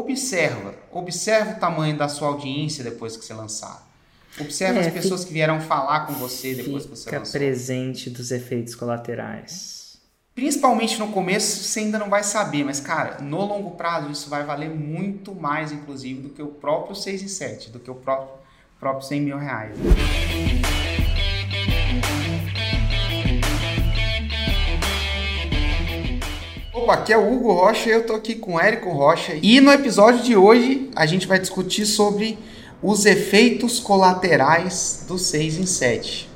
observa o tamanho da sua audiência depois que você lançar. Observa as pessoas que vieram falar com você depois que você lançou. Fica presente dos efeitos colaterais. Principalmente no começo você ainda não vai saber, mas cara, no longo prazo isso vai valer muito mais, inclusive, do que o próprio 6 em 7, do que o próprio 100 mil reais. Opa, aqui é o Hugo Rocha e eu tô aqui com o Érico Rocha. E no episódio de hoje a gente vai discutir sobre os efeitos colaterais do 6 em 7.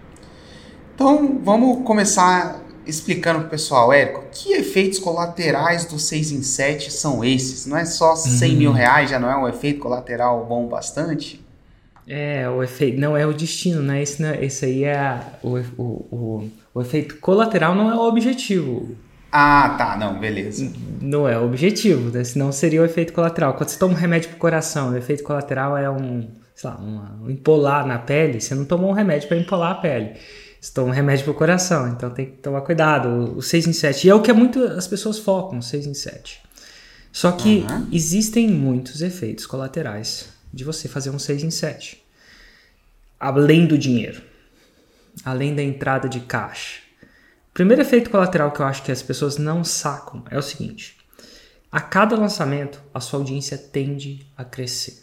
Então vamos começar explicando pro pessoal, Érico, que efeitos colaterais do 6 em 7 são esses? Não é só 100 mil reais, já não é um efeito colateral bom bastante? O efeito não é o destino, né? Esse aí é o efeito colateral, não é o objetivo. Ah, tá, não, beleza. Não é o objetivo, né? Senão seria o efeito colateral. Quando você toma um remédio pro coração, o efeito colateral é um empolar na pele. Você não tomou um remédio para empolar a pele. Você toma um remédio pro coração, então tem que tomar cuidado. O 6 em 7, e é o que as pessoas focam, 6 em 7. Só que existem muitos efeitos colaterais de você fazer um 6 em 7. Além do dinheiro, além da entrada de caixa. O primeiro efeito colateral que eu acho que as pessoas não sacam é o seguinte: a cada lançamento, a sua audiência tende a crescer.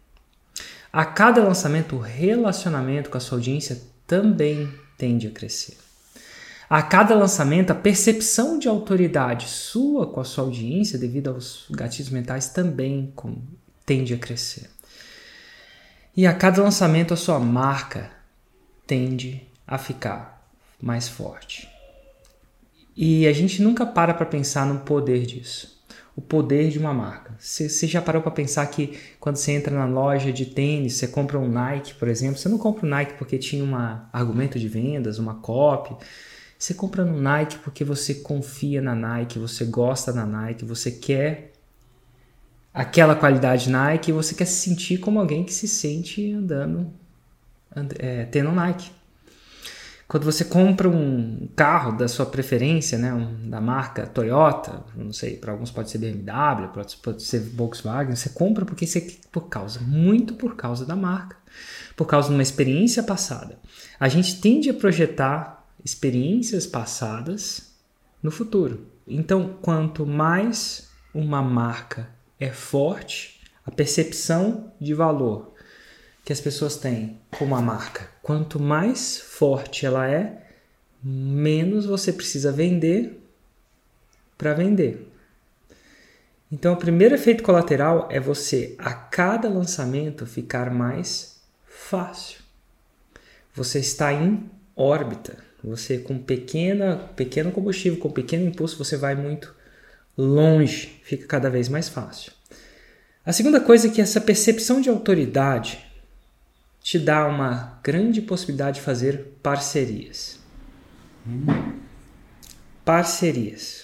A cada lançamento, o relacionamento com a sua audiência também tende a crescer. A cada lançamento, a percepção de autoridade sua com a sua audiência, devido aos gatilhos mentais, também tende a crescer. E a cada lançamento, a sua marca tende a ficar mais forte. E a gente nunca para pensar no poder disso. O poder de uma marca. Você já parou para pensar que quando você entra na loja de tênis, você compra um Nike, por exemplo, você não compra um Nike porque tinha um argumento de vendas, uma copy. Você compra no Nike porque você confia na Nike, você gosta da Nike, você quer aquela qualidade Nike e você quer se sentir como alguém que se sente tendo um Nike. Quando você compra um carro da sua preferência, né, da marca Toyota, não sei, para alguns pode ser BMW, pode ser Volkswagen, você compra muito por causa da marca, por causa de uma experiência passada. A gente tende a projetar experiências passadas no futuro. Então, quanto mais uma marca é forte, a percepção de valor que as pessoas têm como a marca, quanto mais forte ela é, menos você precisa vender para vender. Então, o primeiro efeito colateral é você, a cada lançamento, ficar mais fácil. Você está em órbita. Você, com pequeno combustível, com pequeno impulso, você vai muito longe. Fica cada vez mais fácil. A segunda coisa é que essa percepção de autoridade te dá uma grande possibilidade de fazer parcerias. Parcerias.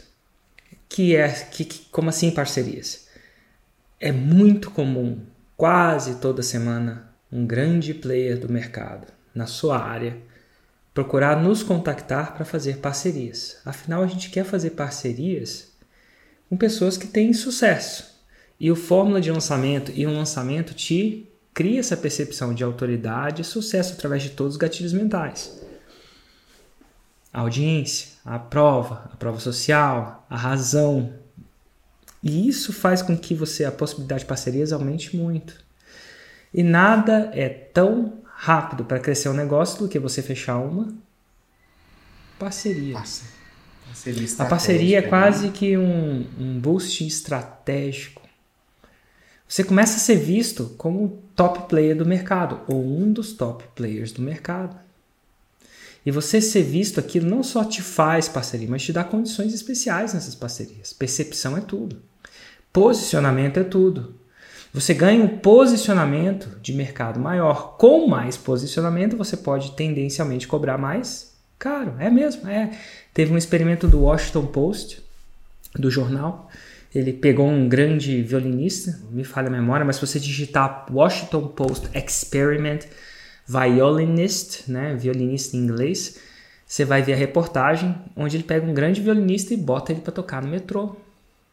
Como assim parcerias? É muito comum, quase toda semana, um grande player do mercado, na sua área, procurar nos contactar para fazer parcerias. Afinal, a gente quer fazer parcerias com pessoas que têm sucesso. E o fórmula de lançamento e um lançamento te cria essa percepção de autoridade e sucesso através de todos os gatilhos mentais. A audiência, a prova social, a razão. E isso faz com que a possibilidade de parcerias aumente muito. E nada é tão rápido para crescer um negócio do que você fechar uma parceria. A parceria é quase que um boost estratégico. Você começa a ser visto como o top player do mercado, ou um dos top players do mercado. E você ser visto, aquilo não só te faz parceria, mas te dá condições especiais nessas parcerias. Percepção é tudo. Posicionamento é tudo. Você ganha um posicionamento de mercado maior. Com mais posicionamento, você pode tendencialmente cobrar mais caro. É mesmo. Teve um experimento do Washington Post, do jornal. Ele pegou um grande violinista, me falha a memória, mas se você digitar Washington Post Experiment Violinist, né, violinista em inglês, você vai ver a reportagem onde ele pega um grande violinista e bota ele para tocar no metrô.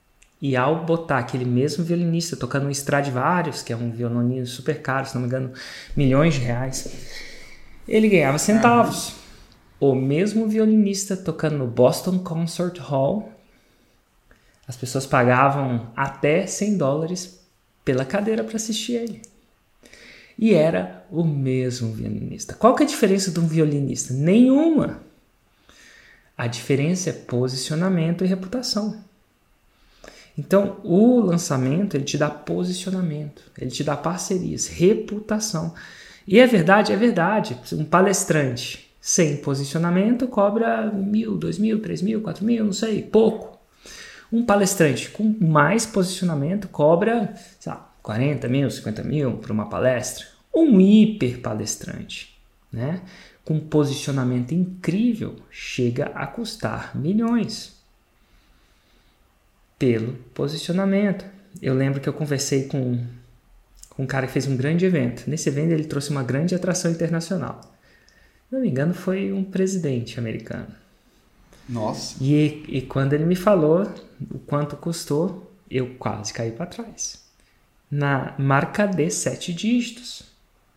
E ao botar aquele mesmo violinista tocando um Stradivarius, que é um violino super caro, se não me engano, milhões de reais, ele ganhava centavos. O mesmo violinista tocando no Boston Concert Hall, as pessoas pagavam até $100 pela cadeira para assistir ele. E era o mesmo violinista. Qual que é a diferença de um violinista? Nenhuma. A diferença é posicionamento e reputação. Então, o lançamento, ele te dá posicionamento, ele te dá parcerias, reputação. E é verdade. Um palestrante sem posicionamento cobra 1.000, 2.000, 3.000, 4.000, não sei, pouco. Um palestrante com mais posicionamento cobra, sei lá, 40 mil, 50 mil por uma palestra. Um hiper palestrante, né, com posicionamento incrível, chega a custar milhões. Pelo posicionamento. Eu lembro que eu conversei com um cara que fez um grande evento. Nesse evento ele trouxe uma grande atração internacional. Se não me engano, foi um presidente americano. Nossa. E quando ele me falou o quanto custou, eu quase caí para trás. Na marca de 7 dígitos.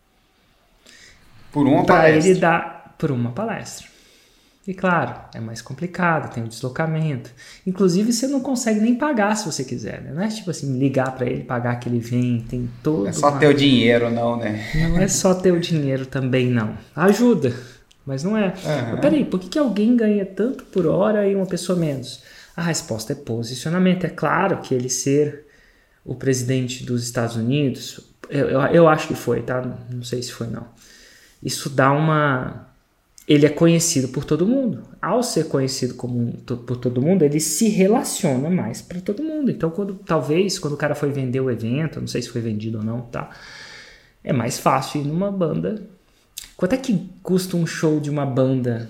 Por uma pra palestra. Ele dar por uma palestra. E claro, é mais complicado, tem o deslocamento. Inclusive, você não consegue nem pagar se você quiser, né? Não é tipo assim, ligar para ele, pagar que ele vem, tem todo... É só ter o dinheiro, não, né? Não é só ter o dinheiro também, não. Ajuda, mas não é. Mas peraí, por que alguém ganha tanto por hora e uma pessoa menos? A resposta é posicionamento. É claro que ele ser o presidente dos Estados Unidos, eu acho que foi, tá? Não sei se foi, não. Isso dá uma... Ele é conhecido por todo mundo. Ao ser conhecido por todo mundo, ele se relaciona mais para todo mundo. Então, talvez, quando o cara foi vender o evento, não sei se foi vendido ou não, tá? É mais fácil ir numa banda. Quanto é que custa um show de uma banda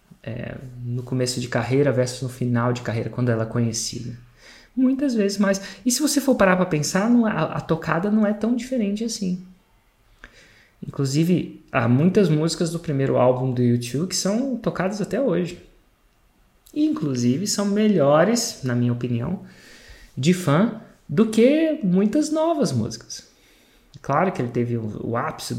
no começo de carreira versus no final de carreira, quando ela é conhecida? Muitas vezes mais. E se você for parar para pensar, a tocada não é tão diferente assim. Inclusive, há muitas músicas do primeiro álbum do U2 que são tocadas até hoje. E, inclusive, são melhores, na minha opinião, de fã, do que muitas novas músicas. Claro que ele teve o ápice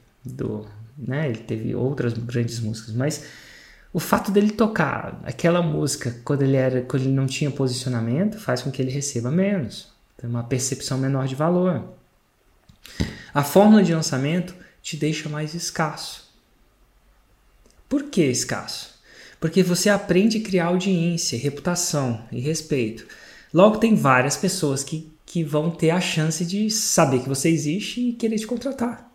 né? Ele teve outras grandes músicas, mas o fato dele tocar aquela música quando ele não tinha posicionamento faz com que ele receba menos. Tem uma percepção menor de valor. A fórmula de lançamento te deixa mais escasso. Por que escasso? Porque você aprende a criar audiência, reputação e respeito. Logo, tem várias pessoas que vão ter a chance de saber que você existe e querer te contratar.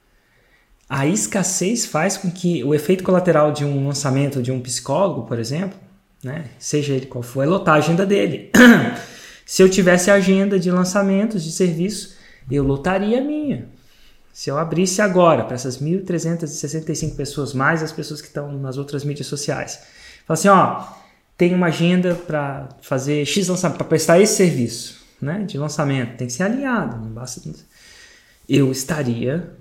A escassez faz com que o efeito colateral de um lançamento de um psicólogo, por exemplo, né, seja ele qual for, é lotar a agenda dele. Se eu tivesse agenda de lançamentos de serviço, eu lotaria a minha. Se eu abrisse agora para essas 1.365 pessoas, mais as pessoas que estão nas outras mídias sociais, fala assim, tem uma agenda para fazer X lançamento, para prestar esse serviço, né, de lançamento, tem que ser alinhado, não basta... Eu estaria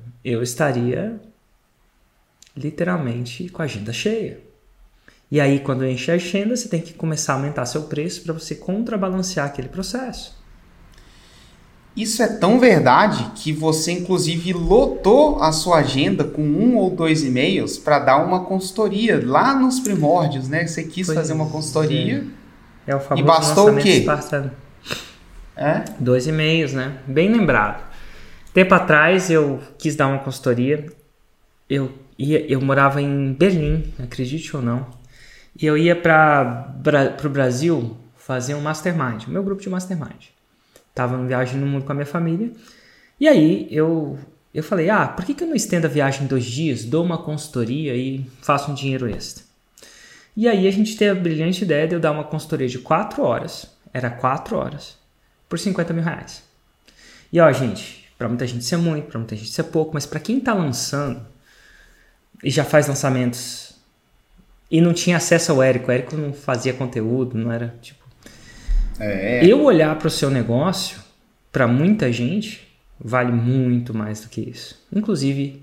literalmente com a agenda cheia. E aí, quando enche a agenda, você tem que começar a aumentar seu preço para você contrabalancear aquele processo. Isso é tão verdade que você, inclusive, lotou a sua agenda com 1 ou 2 e-mails para dar uma consultoria lá nos primórdios, né? Você quis fazer uma consultoria o famoso e bastou o quê? Espartano. 2 e-mails, né? Bem lembrado. Tempo atrás eu quis dar uma consultoria. Eu morava em Berlim, acredite ou não. E eu ia para o Brasil fazer um mastermind, o meu grupo de mastermind. Estava em viagem no mundo com a minha família. E aí eu falei, por que eu não estendo a viagem em 2 dias, dou uma consultoria e faço um dinheiro extra? E aí a gente teve a brilhante ideia de eu dar uma consultoria de 4 horas. Era 4 horas. Por R$50 mil. E gente, para muita gente isso é muito, para muita gente isso é pouco. Mas para quem está lançando e já faz lançamentos e não tinha acesso ao Érico. O Érico não fazia conteúdo, não era tipo... Eu olhar para o seu negócio, para muita gente, vale muito mais do que isso. Inclusive,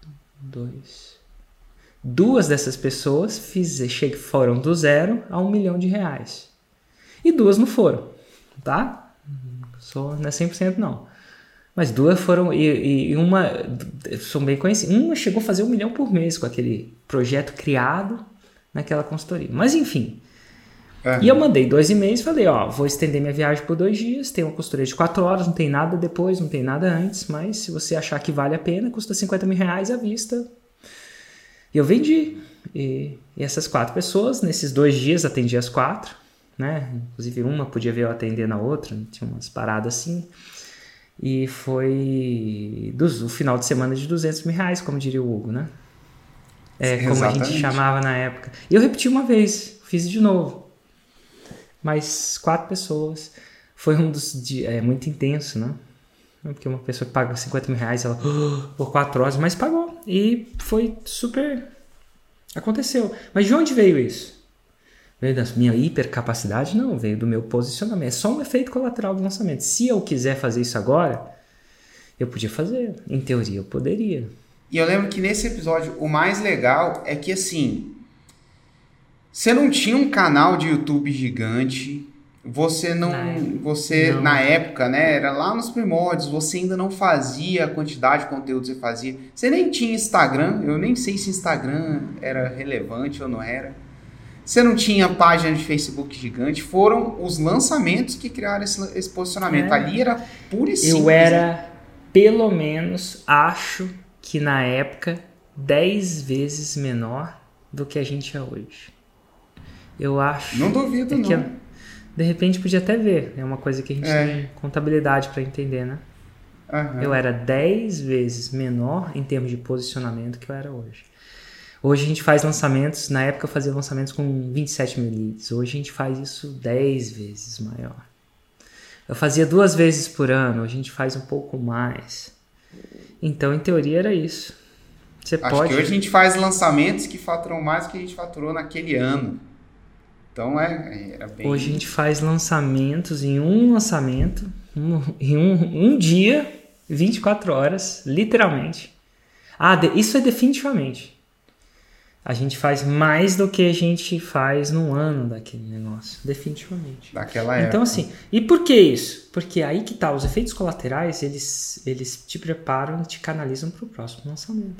2 dessas pessoas foram do 0 a R$1 milhão. E 2 não foram. tá? Não é 100% não. Mas 2 foram, e uma, são bem conhecidas. Uma chegou a fazer 1 milhão por mês com aquele projeto criado naquela consultoria. Mas enfim. E eu mandei 2 e-mails e falei, vou estender minha viagem por 2 dias, tem uma consultoria de 4 horas, não tem nada depois, não tem nada antes, mas se você achar que vale a pena, custa R$50 mil à vista. E eu vendi. E essas 4 pessoas, nesses 2 dias, atendi as 4, né? Inclusive uma podia ver eu atender na outra, tinha umas paradas assim. E foi o final de semana de R$200 mil, como diria o Hugo, né? Como a gente chamava na época. E eu repeti uma vez, fiz de novo. Mas 4 pessoas. Foi um dos dias. Muito intenso, né? Porque uma pessoa que paga R$50 mil, ela por 4 horas, mas pagou. E foi super. Aconteceu. Mas de onde veio isso? Veio da minha hipercapacidade? Não, veio do meu posicionamento. É só um efeito colateral do lançamento. Se eu quiser fazer isso agora, eu podia fazer. Em teoria, eu poderia. E eu lembro que nesse episódio, o mais legal é que, assim, você não tinha um canal de YouTube gigante, você não. Na época, né, era lá nos primórdios, você ainda não fazia a quantidade de conteúdo que você fazia. Você nem tinha Instagram, eu nem sei se Instagram era relevante ou não era. Você não tinha página de Facebook gigante, foram os lançamentos que criaram esse posicionamento. Ali era puro e simples. Eu era, pelo menos, acho que na época, 10 vezes menor do que a gente é hoje. Eu acho. Não duvido, que não. De repente podia até ver. É uma coisa que a gente tem contabilidade para entender, né? Uhum. Eu era 10 vezes menor em termos de posicionamento que eu era hoje. Hoje a gente faz lançamentos, na época eu fazia lançamentos com 27 mil leads. Hoje a gente faz isso 10 vezes maior. Eu fazia 2 vezes por ano, hoje a gente faz um pouco mais. Então, em teoria, era isso. Acho que hoje a gente faz lançamentos que faturam mais do que a gente faturou naquele ano. Então, era bem... Hoje a gente faz lançamentos em um lançamento, em um dia, 24 horas, literalmente. Isso é definitivamente. A gente faz mais do que a gente faz no ano daquele negócio. Definitivamente. Daquela época. Então, assim, e por que isso? Porque aí que tá, os efeitos colaterais, eles te preparam e te canalizam para o próximo lançamento.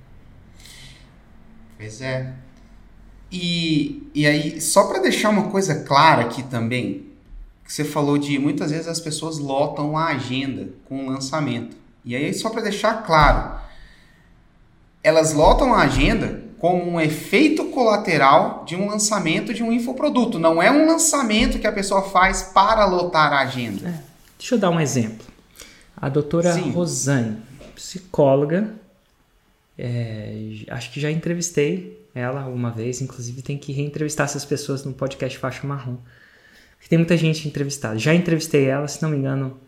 Pois é. E aí, só para deixar uma coisa clara aqui também, que você falou de muitas vezes as pessoas lotam a agenda com o lançamento. E aí, só para deixar claro, elas lotam a agenda como um efeito colateral de um lançamento de um infoproduto. Não é um lançamento que a pessoa faz para lotar a agenda. Deixa eu dar um exemplo. A doutora Rosane, psicóloga, acho que já entrevistei ela uma vez, inclusive tem que reentrevistar essas pessoas no podcast Faixa Marrom. Porque tem muita gente entrevistada. Já entrevistei ela, se não me engano...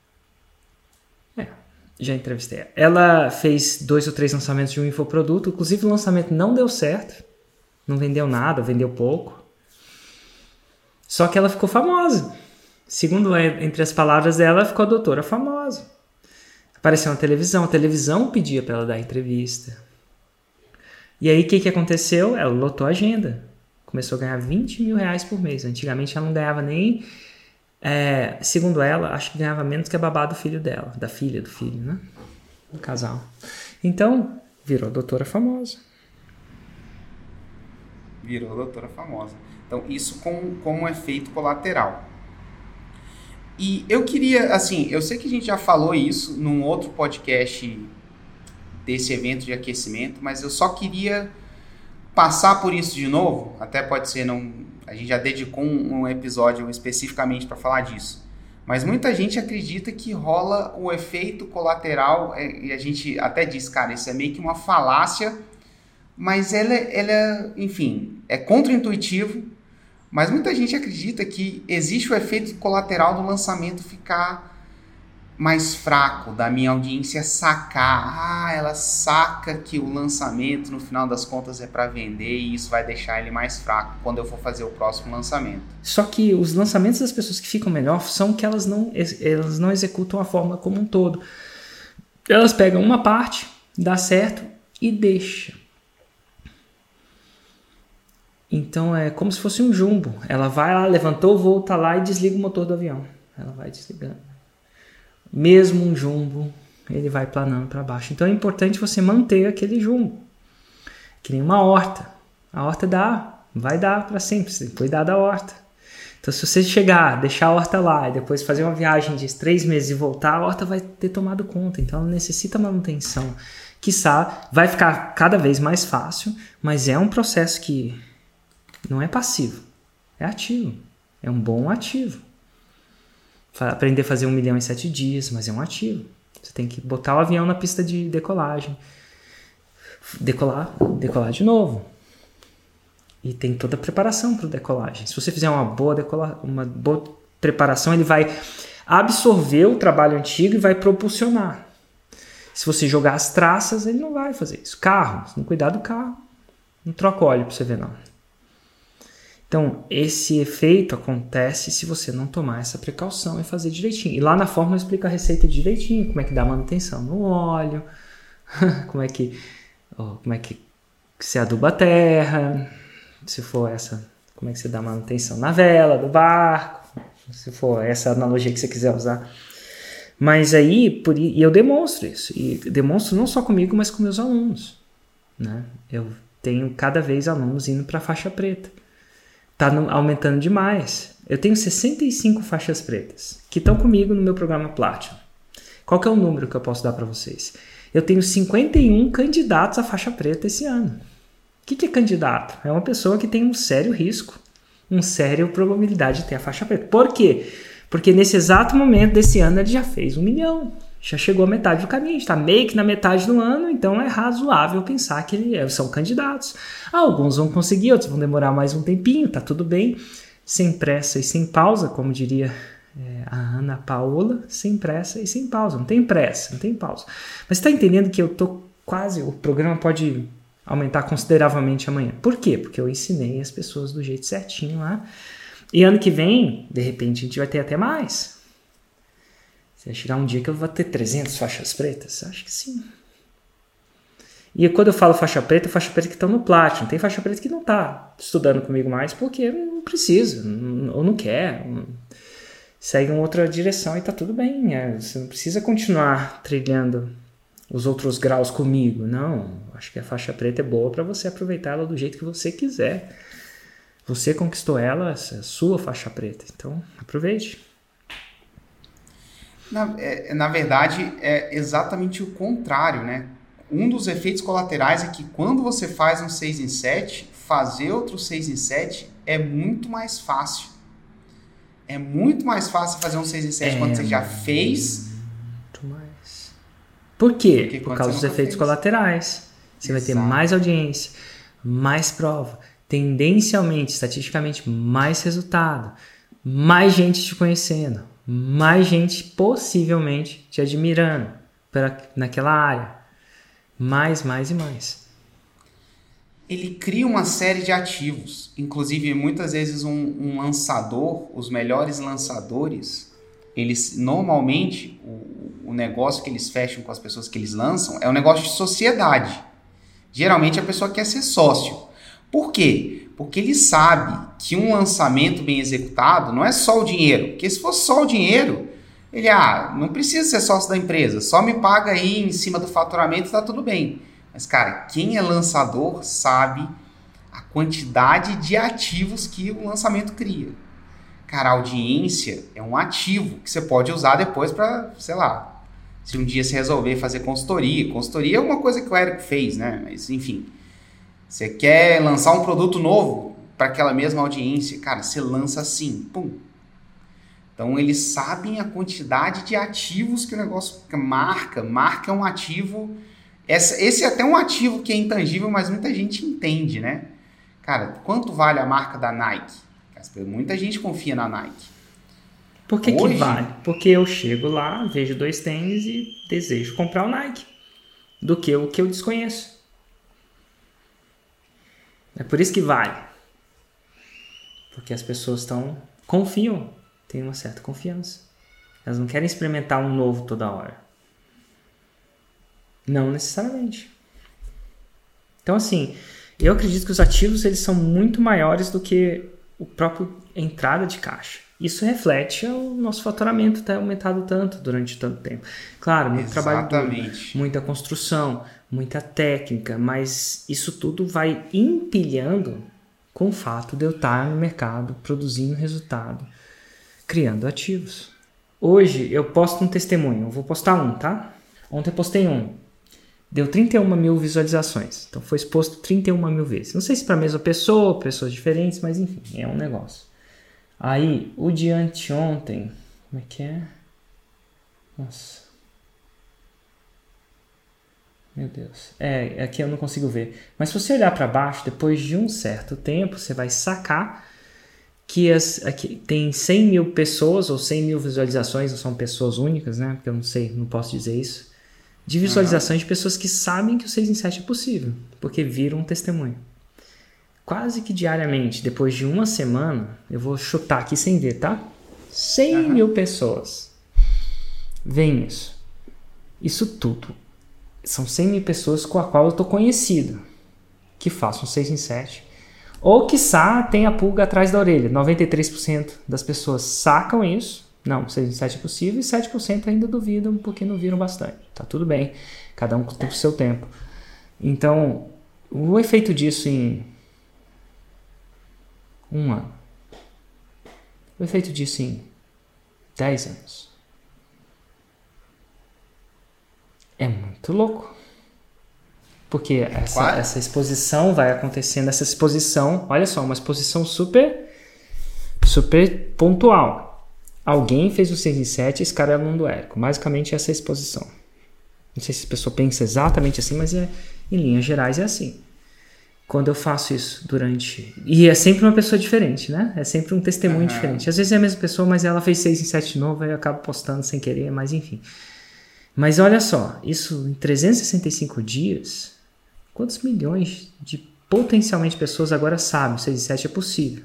Já entrevistei ela. Ela fez 2 ou 3 lançamentos de um infoproduto. Inclusive o lançamento não deu certo. Não vendeu nada, vendeu pouco. Só que ela ficou famosa. Segundo entre as palavras dela, ficou a doutora famosa. Apareceu na televisão. A televisão pedia para ela dar entrevista. E aí o que aconteceu? Ela lotou a agenda. Começou a ganhar R$20 mil por mês. Antigamente ela não ganhava nem... segundo ela, acho que ganhava menos que a babá do filho dela, da filha do filho, né? Do casal. Então, virou doutora famosa. Virou doutora famosa. Então, isso como um efeito colateral. E eu queria, assim, eu sei que a gente já falou isso num outro podcast desse evento de aquecimento, mas eu só queria passar por isso de novo, até pode ser a gente já dedicou um episódio especificamente para falar disso. Mas muita gente acredita que rola o efeito colateral, e a gente até diz, cara, isso é meio que uma falácia, mas ela enfim, é contraintuitivo, mas muita gente acredita que existe o efeito colateral do lançamento ficar mais fraco, da minha audiência sacar. Ela saca que o lançamento, no final das contas, é para vender e isso vai deixar ele mais fraco quando eu for fazer o próximo lançamento. Só que os lançamentos das pessoas que ficam melhor são que elas não executam a fórmula como um todo. Elas pegam uma parte, dá certo e deixa. Então é como se fosse um jumbo. Ela vai lá, levantou o voo, tá lá e desliga o motor do avião. Ela vai desligando. Mesmo um jumbo, ele vai planando para baixo. Então é importante você manter aquele jumbo. Que nem uma horta. A horta vai dar para sempre. Você tem que cuidar da horta. Então se você chegar, deixar a horta lá e depois fazer uma viagem de 3 meses e voltar, a horta vai ter tomado conta. Então ela necessita manutenção. Quiçá vai ficar cada vez mais fácil, mas é um processo que não é passivo, é ativo. É um bom ativo. Aprender a fazer 1 milhão em 7 dias, mas é um ativo. Você tem que botar o avião na pista de decolagem. Decolar de novo. E tem toda a preparação para a decolagem. Se você fizer uma boa preparação, ele vai absorver o trabalho antigo e vai propulsionar. Se você jogar as traças, ele não vai fazer isso. Carro, se não cuidar do carro, não troca óleo para você ver não. Então, esse efeito acontece se você não tomar essa precaução e fazer direitinho. E lá na fórmula eu explico a receita direitinho, como é que dá manutenção no óleo, como é que se aduba a terra, se for como é que você dá manutenção na vela do barco, se for essa analogia que você quiser usar. Mas aí, e eu demonstro isso, e demonstro não só comigo, mas com meus alunos, né? Eu tenho cada vez alunos indo para a faixa preta. Está aumentando demais. Eu tenho 65 faixas pretas que estão comigo no meu programa Platinum. Qual que é o número que eu posso dar para vocês? Eu tenho 51 candidatos à faixa preta esse ano. O que é candidato? É uma pessoa que tem um sério risco, uma séria probabilidade de ter a faixa preta. Por quê? Porque nesse exato momento desse ano ele já fez 1 milhão. Já chegou a metade do caminho, está meio que na metade do ano, então é razoável pensar que são candidatos. Alguns vão conseguir, outros vão demorar mais um tempinho, tá tudo bem. Sem pressa e sem pausa, como diria a Ana Paola, sem pressa e sem pausa. Não tem pressa, não tem pausa. Mas você está entendendo que o programa pode aumentar consideravelmente amanhã. Por quê? Porque eu ensinei as pessoas do jeito certinho lá. E ano que vem, de repente, a gente vai ter até mais. Você vai chegar um dia que eu vou ter 300 faixas pretas? Acho que sim. E quando eu falo faixa preta que estão no Platinum. Tem faixa preta que não está estudando comigo mais porque não precisa, ou não quer. Segue uma outra direção e está tudo bem. Você não precisa continuar trilhando os outros graus comigo. Não, acho que a faixa preta é boa para você aproveitar ela do jeito que você quiser. Você conquistou ela, essa é a sua faixa preta. Então, aproveite. Na verdade, é exatamente o contrário, né? Um dos efeitos colaterais é que quando você faz um 6 em 7, fazer outro 6 em 7 é muito mais fácil. É muito mais fácil fazer um 6 em 7 quando você já fez. Muito mais. Por quê? Por causa dos efeitos colaterais. Você vai ter mais audiência, mais prova, tendencialmente, estatisticamente, mais resultado, mais gente te conhecendo, mais gente possivelmente te admirando naquela área. Mais e mais. Ele cria uma série de ativos. Inclusive, muitas vezes um lançador, os melhores lançadores, eles normalmente, o negócio que eles fecham com as pessoas que eles lançam é um negócio de sociedade. Geralmente a pessoa quer ser sócio. Por quê? Porque ele sabe que um lançamento bem executado não é só o dinheiro. Porque se fosse só o dinheiro, ele, não precisa ser sócio da empresa, só me paga aí em cima do faturamento e tá tudo bem. Mas, cara, quem é lançador sabe a quantidade de ativos que o lançamento cria. Cara, a audiência é um ativo que você pode usar depois para, sei lá, se um dia você resolver fazer consultoria. Consultoria é uma coisa que o Érico fez, né? Mas, enfim, você quer lançar um produto novo para aquela mesma audiência, cara, você lança assim, pum. Então, eles sabem a quantidade de ativos que o negócio marca. Marca é um ativo. Esse é até um ativo que é intangível, mas muita gente entende, né? Cara, quanto vale a marca da Nike? Muita gente confia na Nike. Por que vale? Porque eu chego lá, vejo 2 tênis e desejo comprar o Nike. Do que o que eu desconheço. É por isso que vale. Porque as pessoas confiam. Tem uma certa confiança. Elas não querem experimentar um novo toda hora. Não necessariamente. Então, assim, Eu acredito que os ativos eles são muito maiores do que o próprio entrada de caixa. Isso reflete o nosso faturamento ter aumentado tanto durante tanto tempo. Claro, muito trabalho duro, muita construção, muita técnica, mas isso tudo vai empilhando com o fato de eu estar no mercado, produzindo resultado, criando ativos. Hoje eu posto um testemunho, eu vou postar um, tá? Ontem eu postei um. Deu 31 mil visualizações. Então foi exposto 31 mil vezes. Não sei se para a mesma pessoa, pessoas diferentes, mas enfim, é um negócio. Aí, o de anteontem, como é que é? Nossa. Meu Deus. Aqui eu não consigo ver. Mas se você olhar para baixo, depois de um certo tempo, você vai sacar que aqui tem 100 mil pessoas ou 100 mil visualizações, não são pessoas únicas, né? Porque eu não sei, não posso dizer isso. De visualizações de pessoas que sabem que o 6 em 7 é possível, porque viram um testemunho. Quase que diariamente, depois de uma semana, eu vou chutar aqui sem ver, tá? 100 mil pessoas veem isso. Isso tudo. São 100 mil pessoas com a qual eu estou conhecido, que façam 6 em 7. Ou, quiçá, tem a pulga atrás da orelha. 93% das pessoas sacam isso. Não, 6 em 7 é possível. E 7% ainda duvidam porque não viram bastante. Tá tudo bem. Cada um tem o seu tempo. Então, o efeito disso em um ano. O efeito disso em 10 anos. É muito louco. Porque essa exposição vai acontecendo. Essa exposição, olha só, uma exposição super pontual. Alguém fez o 6 em 7, esse cara é aluno do Érico. Basicamente essa exposição. Não sei se a pessoa pensa exatamente assim, mas em linhas gerais é assim. Quando eu faço isso E é sempre uma pessoa diferente, né? É sempre um testemunho diferente. Às vezes é a mesma pessoa, mas ela fez 6 em 7 de novo, aí eu acabo postando sem querer, mas enfim. Mas olha só, isso em 365 dias, quantos milhões de potencialmente pessoas agora sabem que 6 em 7 é possível?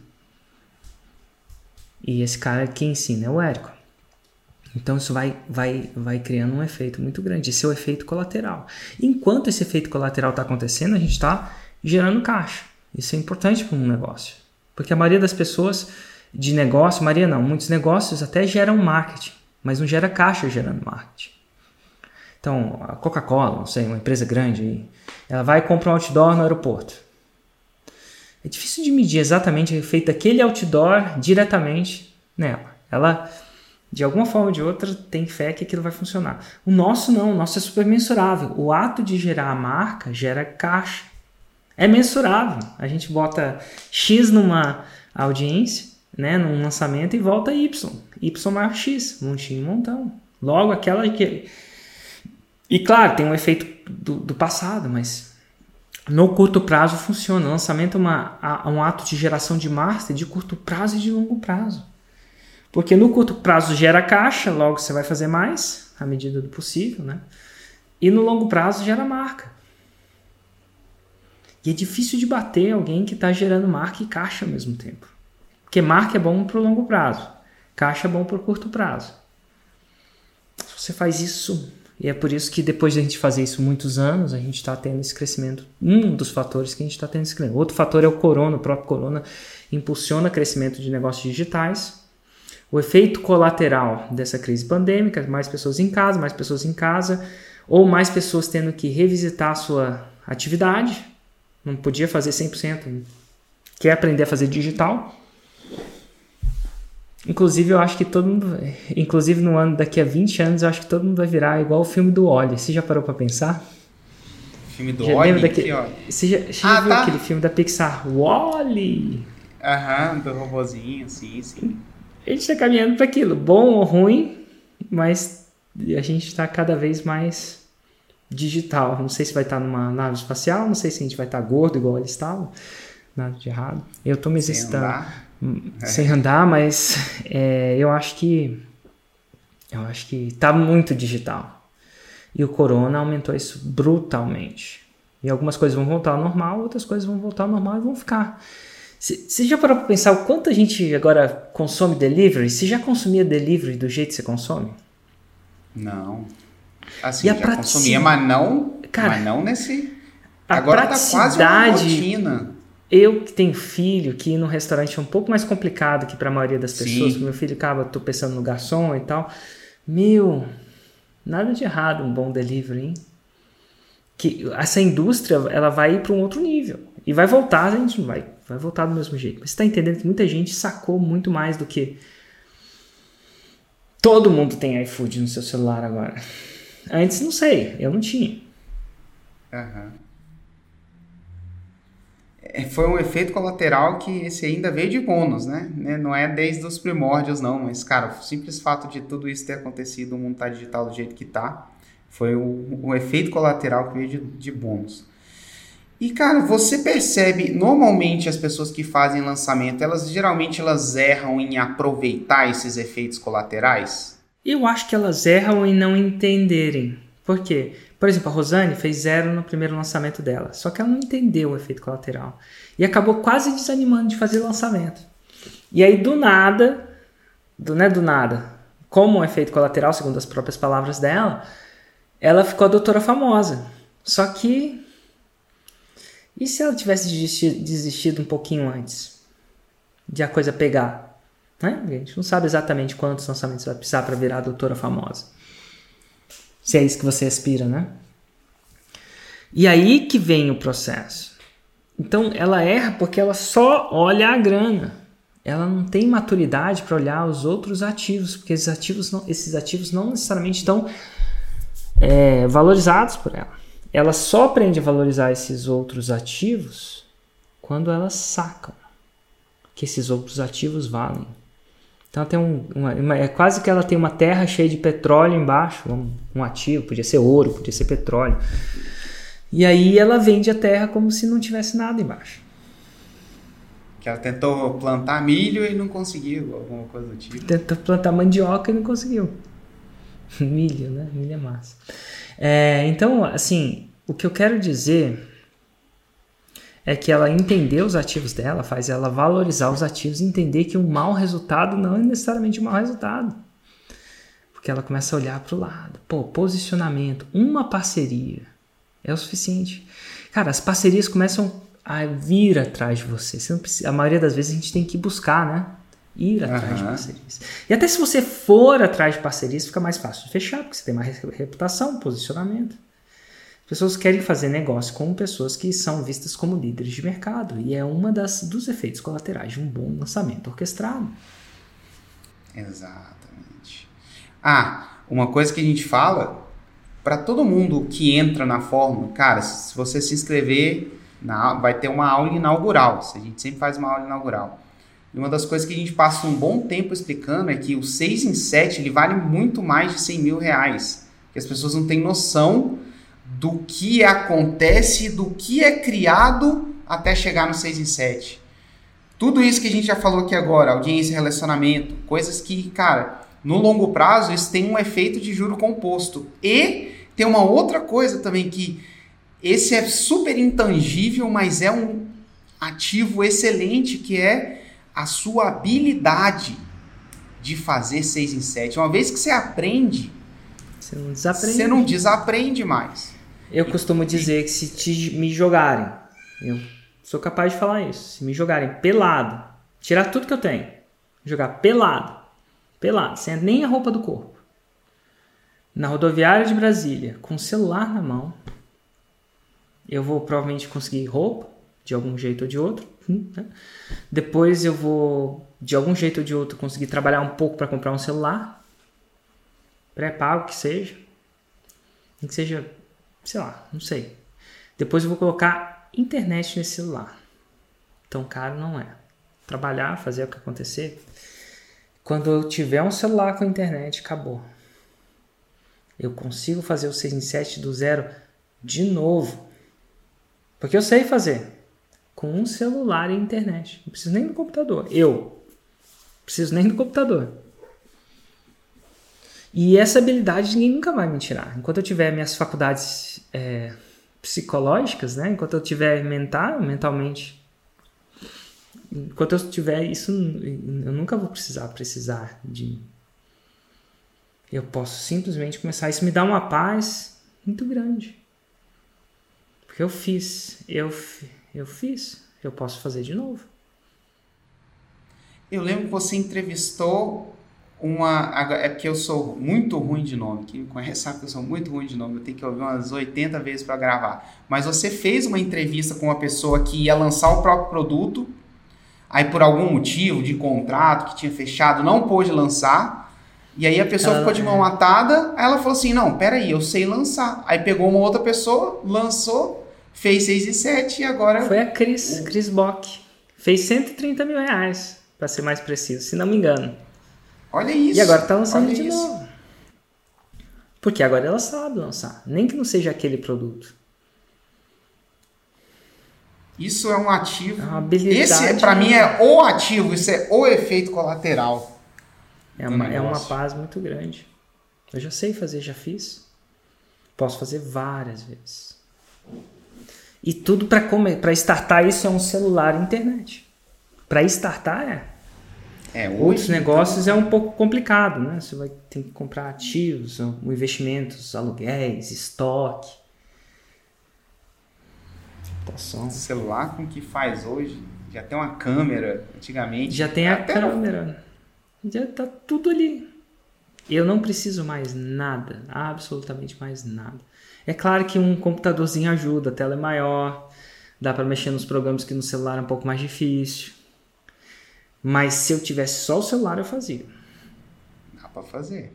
E esse cara que ensina é o Érico. Então isso vai criando um efeito muito grande. Esse é o efeito colateral. Enquanto esse efeito colateral está acontecendo, a gente está gerando caixa. Isso é importante para um negócio. Porque a maioria das pessoas de negócio, muitos negócios até geram marketing, mas não gera caixa gerando marketing. Então, a Coca-Cola, não sei, uma empresa grande aí, ela vai e compra um outdoor no aeroporto. É difícil de medir exatamente o efeito daquele outdoor diretamente nela. Ela, de alguma forma ou de outra, tem fé que aquilo vai funcionar. O nosso não, o nosso é super mensurável. O ato de gerar a marca gera caixa. É mensurável. A gente bota X numa audiência, né, num lançamento e volta Y. Y maior X, montinho, montão. Logo, aquela que... E claro, tem um efeito do passado, mas no curto prazo funciona. O lançamento é um ato de geração de marca de curto prazo e de longo prazo. Porque no curto prazo gera caixa, logo você vai fazer mais, à medida do possível, né? E no longo prazo gera marca. E é difícil de bater alguém que está gerando marca e caixa ao mesmo tempo. Porque marca é bom para o longo prazo, caixa é bom para o curto prazo. Se você faz isso... E é por isso que depois de a gente fazer isso muitos anos, a gente está tendo esse crescimento. Um dos fatores que a gente está tendo esse crescimento. Outro fator é o corona. O próprio corona impulsiona o crescimento de negócios digitais. O efeito colateral dessa crise pandêmica, mais pessoas em casa, ou mais pessoas tendo que revisitar a sua atividade. Não podia fazer 100%. Quer aprender a fazer digital. Inclusive, eu acho que todo mundo... Inclusive, no ano daqui a 20 anos, eu acho que todo mundo vai virar igual o filme do Wall-E. Você já parou pra pensar? Filme do Wall-E? Você já viu aquele filme da Pixar? Wall-E! Do robozinho, sim. A gente tá caminhando para aquilo. Bom ou ruim, mas a gente tá cada vez mais digital. Não sei se vai estar numa nave espacial, não sei se a gente vai estar gordo igual eles estavam. Nada de errado. Eu tô me exercitando. Sem andar, mas eu acho que tá muito digital. E o corona aumentou isso brutalmente. E algumas coisas vão voltar ao normal, outras coisas vão voltar ao normal e vão ficar. Você já parou para pensar o quanto a gente agora consome delivery? Você já consumia delivery do jeito que você consome? Não. Assim, já consumia, mas não nesse... Agora tá quase uma rotina. Eu que tenho filho, que ir no restaurante é um pouco mais complicado que para a maioria das pessoas. Meu filho acaba, tô pensando no garçom e tal. Nada de errado um bom delivery, hein? Que essa indústria, ela vai ir para um outro nível. E vai voltar, a gente não vai voltar do mesmo jeito. Mas você está entendendo que muita gente sacou muito mais do que... Todo mundo tem iFood no seu celular agora. Antes, não sei, eu não tinha. Foi um efeito colateral que esse ainda veio de bônus, né? Não é desde os primórdios, não. Mas, cara, o simples fato de tudo isso ter acontecido, o mundo tá digital do jeito que tá, foi um efeito colateral que veio de bônus. E, cara, você percebe, normalmente as pessoas que fazem lançamento, geralmente elas erram em aproveitar esses efeitos colaterais? Eu acho que elas erram em não entenderem. Por quê? Por exemplo, a Rosane fez 0 no primeiro lançamento dela, só que ela não entendeu o efeito colateral. E acabou quase desanimando de fazer lançamento. E aí, do nada, como um efeito colateral, segundo as próprias palavras dela, ela ficou a doutora famosa. Só que... E se ela tivesse desistido um pouquinho antes de a coisa pegar? Né? A gente não sabe exatamente quantos lançamentos vai precisar para virar a doutora famosa. Se é isso que você aspira, né? E aí que vem o processo. Então, ela erra porque ela só olha a grana. Ela não tem maturidade para olhar os outros ativos, porque esses ativos não necessariamente estão valorizados por ela. Ela só aprende a valorizar esses outros ativos quando elas sacam que esses outros ativos valem. Então é quase que ela tem uma terra cheia de petróleo embaixo, um ativo, podia ser ouro, podia ser petróleo. E aí ela vende a terra como se não tivesse nada embaixo. Que ela tentou plantar milho e não conseguiu, alguma coisa do tipo. Tentou plantar mandioca e não conseguiu. Milho, né? Milho é massa. Então, assim, o que eu quero dizer é que ela entender os ativos dela faz ela valorizar os ativos e entender que um mau resultado não é necessariamente um mau resultado. Porque ela começa a olhar para o lado. Posicionamento, uma parceria é o suficiente. Cara, as parcerias começam a vir atrás de você. Você não precisa, a maioria das vezes a gente tem que buscar, né? Ir atrás de parcerias. E até se você for atrás de parcerias, fica mais fácil de fechar, porque você tem mais reputação, posicionamento. As pessoas querem fazer negócio com pessoas que são vistas como líderes de mercado. E é uma dos efeitos colaterais de um bom lançamento orquestrado. Exatamente. Uma coisa que a gente fala, para todo mundo que entra na fórmula, cara, se você se inscrever, vai ter uma aula inaugural. A gente sempre faz uma aula inaugural. E uma das coisas que a gente passa um bom tempo explicando é que o 6 em 7 ele vale muito mais de R$100 mil. Que as pessoas não têm noção do que acontece, do que é criado até chegar no 6 em 7. Tudo isso que a gente já falou aqui agora, audiência, relacionamento, coisas que, cara, no longo prazo isso tem um efeito de juro composto. E tem uma outra coisa também que esse é super intangível, mas é um ativo excelente, que é a sua habilidade de fazer 6 em 7. Uma vez que você aprende, você não desaprende mais. Eu costumo dizer que se me jogarem, eu sou capaz de falar isso, se me jogarem pelado, tirar tudo que eu tenho, jogar pelado, sem nem a roupa do corpo, na rodoviária de Brasília, com o celular na mão, eu vou provavelmente conseguir roupa, de algum jeito ou de outro. Né? Depois eu vou, de algum jeito ou de outro, conseguir trabalhar um pouco para comprar um celular, pré-pago que seja, sei lá, não sei. Depois eu vou colocar internet nesse celular. Tão caro não é. Trabalhar, fazer o que acontecer. Quando eu tiver um celular com internet, acabou. Eu consigo fazer o 6 em 7 do zero de novo. Porque eu sei fazer. Com um celular e internet. Não preciso nem do computador. E essa habilidade ninguém nunca vai me tirar. Enquanto eu tiver minhas faculdades psicológicas, né? Enquanto eu tiver mentalmente, enquanto eu tiver isso, eu nunca vou precisar de... Eu posso simplesmente começar. Isso me dá uma paz muito grande. Porque eu fiz. Eu fiz. Eu posso fazer de novo. Eu lembro que você entrevistou é porque eu sou muito ruim de nome. Quem me conhece sabe que eu sou muito ruim de nome. Eu tenho que ouvir umas 80 vezes para gravar. Mas você fez uma entrevista com uma pessoa que ia lançar o próprio produto. Aí por algum motivo de contrato que tinha fechado, não pôde lançar. E aí a pessoa ficou de mão atada. Aí ela falou assim, não, peraí, eu sei lançar. Aí pegou uma outra pessoa, lançou, fez 6 e 7 e agora... Foi a Cris Bock. Fez R$130 mil, para ser mais preciso, se não me engano. Olha isso. E agora tá lançando de novo. Porque agora ela sabe lançar. Nem que não seja aquele produto. Isso é um ativo. É uma habilidade. Esse, para mim, é o ativo. Isso é o efeito colateral. É uma paz muito grande. Eu já sei fazer, já fiz. Posso fazer várias vezes. E tudo para startar isso é um celular e internet. Para startar outros negócios é um pouco complicado, né? Você vai ter que comprar ativos, investimentos, aluguéis, estoque. O celular com o que faz hoje, já tem uma câmera, antigamente. Já tem a câmera. Já tá tudo ali. Eu não preciso mais nada, absolutamente mais nada. É claro que um computadorzinho ajuda, a tela é maior, dá para mexer nos programas que no celular é um pouco mais difícil. Mas se eu tivesse só o celular, eu fazia. Dá pra fazer.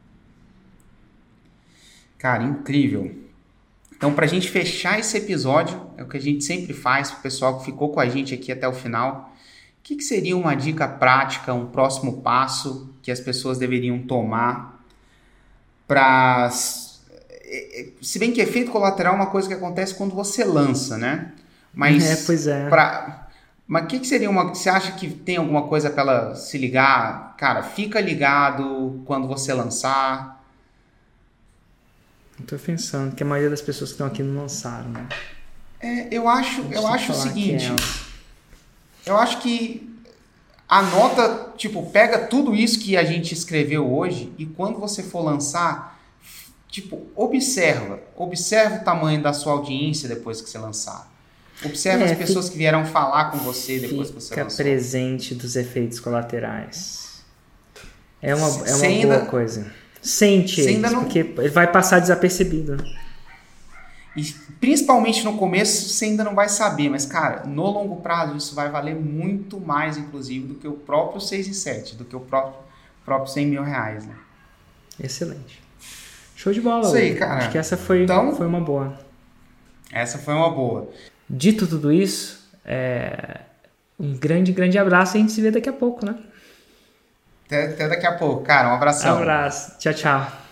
Cara, incrível. Então, pra gente fechar esse episódio, é o que a gente sempre faz pro pessoal que ficou com a gente aqui até o final. O que seria uma dica prática, um próximo passo que as pessoas deveriam tomar para... Se bem que efeito colateral é uma coisa que acontece quando você lança, né? Mas pois é. Mas o que seria você acha que tem alguma coisa para ela se ligar? Cara, fica ligado quando você lançar. Estou pensando que a maioria das pessoas que estão aqui não lançaram, né? Eu acho o seguinte. Eu acho que anota, pega tudo isso que a gente escreveu hoje e quando você for lançar, observa o tamanho da sua audiência depois que você lançar. Observa as pessoas que vieram falar com você depois que você lançou. Fica presente dos efeitos colaterais. É uma boa coisa. Sente eles, porque vai passar desapercebido. E principalmente no começo você ainda não vai saber, mas cara, no longo prazo isso vai valer muito mais, inclusive, do que o próprio 6 e 7, do que o próprio R$100 mil, né? Excelente. Show de bola. Isso aí, cara. Acho que essa foi uma boa. Essa foi uma boa. Dito tudo isso, um grande abraço e a gente se vê daqui a pouco, né? Até daqui a pouco, cara. Um abração. Um abraço. Tchau, tchau.